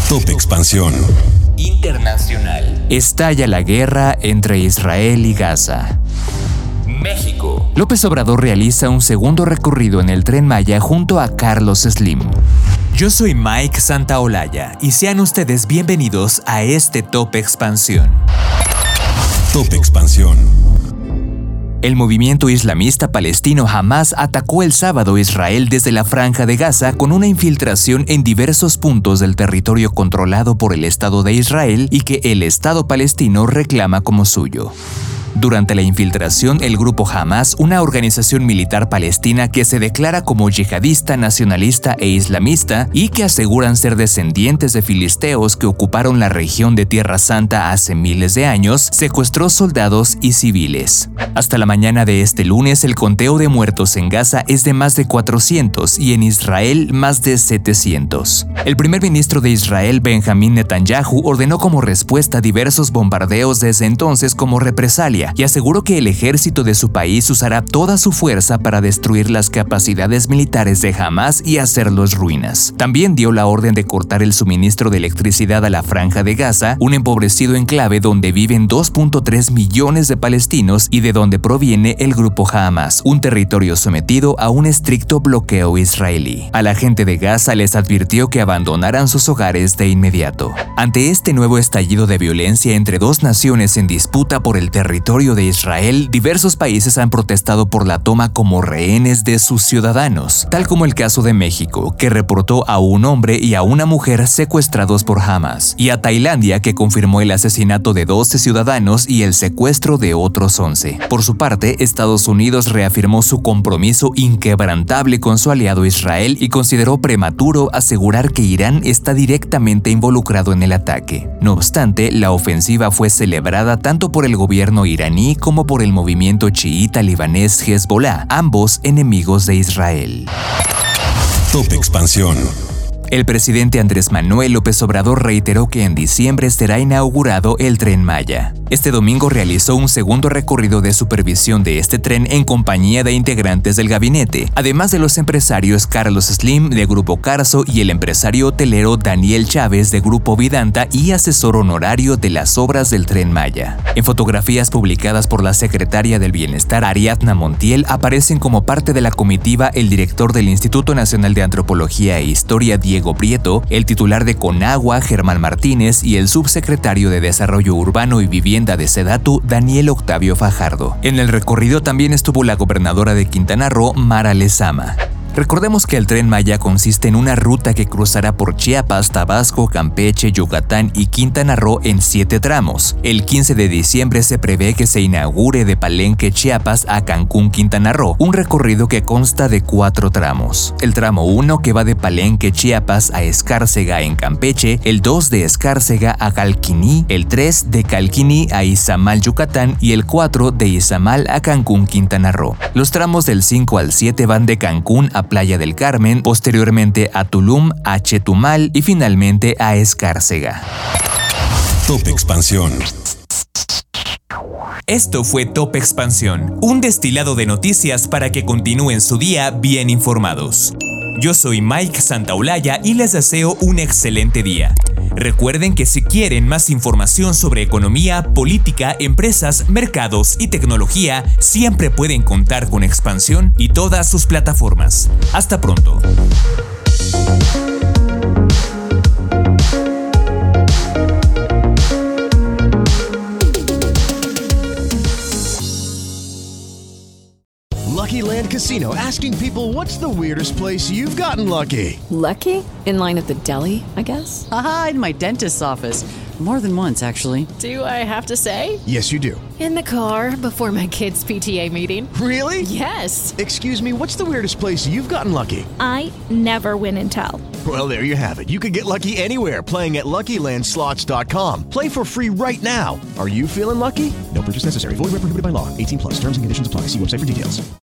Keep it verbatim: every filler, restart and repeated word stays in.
Top Expansión Internacional. Estalla la guerra entre Israel y Gaza. México. López Obrador realiza un segundo recorrido en el Tren Maya junto a Carlos Slim. Yo soy Mike Santaolalla y sean ustedes bienvenidos a este Top Expansión. Top Expansión. El movimiento islamista palestino Hamás atacó el sábado Israel desde la Franja de Gaza con una infiltración en diversos puntos del territorio controlado por el Estado de Israel y que el Estado palestino reclama como suyo. Durante la infiltración, el grupo Hamás, una organización militar palestina que se declara como yihadista, nacionalista e islamista y que aseguran ser descendientes de filisteos que ocuparon la región de Tierra Santa hace miles de años, secuestró soldados y civiles. Hasta la mañana de este lunes, el conteo de muertos en Gaza es de más de cuatrocientos y en Israel más de setecientos. El primer ministro de Israel, Benjamín Netanyahu, ordenó como respuesta diversos bombardeos desde entonces como represalia y aseguró que el ejército de su país usará toda su fuerza para destruir las capacidades militares de Hamás y hacerlos ruinas. También dio la orden de cortar el suministro de electricidad a la Franja de Gaza, un empobrecido enclave donde viven dos punto tres millones de palestinos y de donde proviene el grupo Hamás, un territorio sometido a un estricto bloqueo israelí. A la gente de Gaza les advirtió que abandonaran sus hogares de inmediato. Ante este nuevo estallido de violencia entre dos naciones en disputa por el territorio de Israel, diversos países han protestado por la toma como rehenes de sus ciudadanos, tal como el caso de México, que reportó a un hombre y a una mujer secuestrados por Hamás, y a Tailandia, que confirmó el asesinato de doce ciudadanos y el secuestro de otros once. Por su parte, Estados Unidos reafirmó su compromiso inquebrantable con su aliado Israel y consideró prematuro asegurar que Irán está directamente involucrado en el ataque. No obstante, la ofensiva fue celebrada tanto por el gobierno iraní como por el movimiento chiita libanés Hezbollah, ambos enemigos de Israel. Top Expansión. El presidente Andrés Manuel López Obrador reiteró que en diciembre será inaugurado el Tren Maya. Este domingo realizó un segundo recorrido de supervisión de este tren en compañía de integrantes del gabinete, además de los empresarios Carlos Slim de Grupo Carso y el empresario hotelero Daniel Chávez de Grupo Vidanta y asesor honorario de las obras del Tren Maya. En fotografías publicadas por la secretaria del Bienestar Ariadna Montiel aparecen como parte de la comitiva el director del Instituto Nacional de Antropología e Historia Diego Prieto, el titular de Conagua Germán Martínez y el subsecretario de Desarrollo Urbano y Vivienda de Sedatu Daniel Octavio Fajardo. En el recorrido también estuvo la gobernadora de Quintana Roo Mara Lezama. Recordemos que el Tren Maya consiste en una ruta que cruzará por Chiapas, Tabasco, Campeche, Yucatán y Quintana Roo en siete tramos. El quince de diciembre se prevé que se inaugure de Palenque, Chiapas a Cancún, Quintana Roo, un recorrido que consta de cuatro tramos. El tramo uno que va de Palenque, Chiapas a Escárcega en Campeche, el dos de Escárcega a Calquiní, el tres de Calquiní a Izamal, Yucatán y el cuatro de Izamal a Cancún, Quintana Roo. Los tramos del cinco al siete van de Cancún a Playa del Carmen, posteriormente a Tulum, a Chetumal y finalmente a Escárcega. Top Expansión. Esto fue Top Expansión, un destilado de noticias para que continúen su día bien informados. Yo soy Mike Santaolalla y les deseo un excelente día. Recuerden que si quieren más información sobre economía, política, empresas, mercados y tecnología, siempre pueden contar con Expansión y todas sus plataformas. Hasta pronto. Lucky Land Casino, asking people, what's the weirdest place you've gotten lucky? Lucky? In line at the deli, I guess? Aha, in my dentist's office. More than once, actually. Do I have to say? Yes, you do. In the car before my kids' P T A meeting. Really? Yes. Excuse me, what's the weirdest place you've gotten lucky? I never win and tell. Well, there you have it. You can get lucky anywhere, playing at Lucky Land Slots dot com. Play for free right now. Are you feeling lucky? No purchase necessary. Void where prohibited by law. eighteen plus. Terms and conditions apply. See website for details.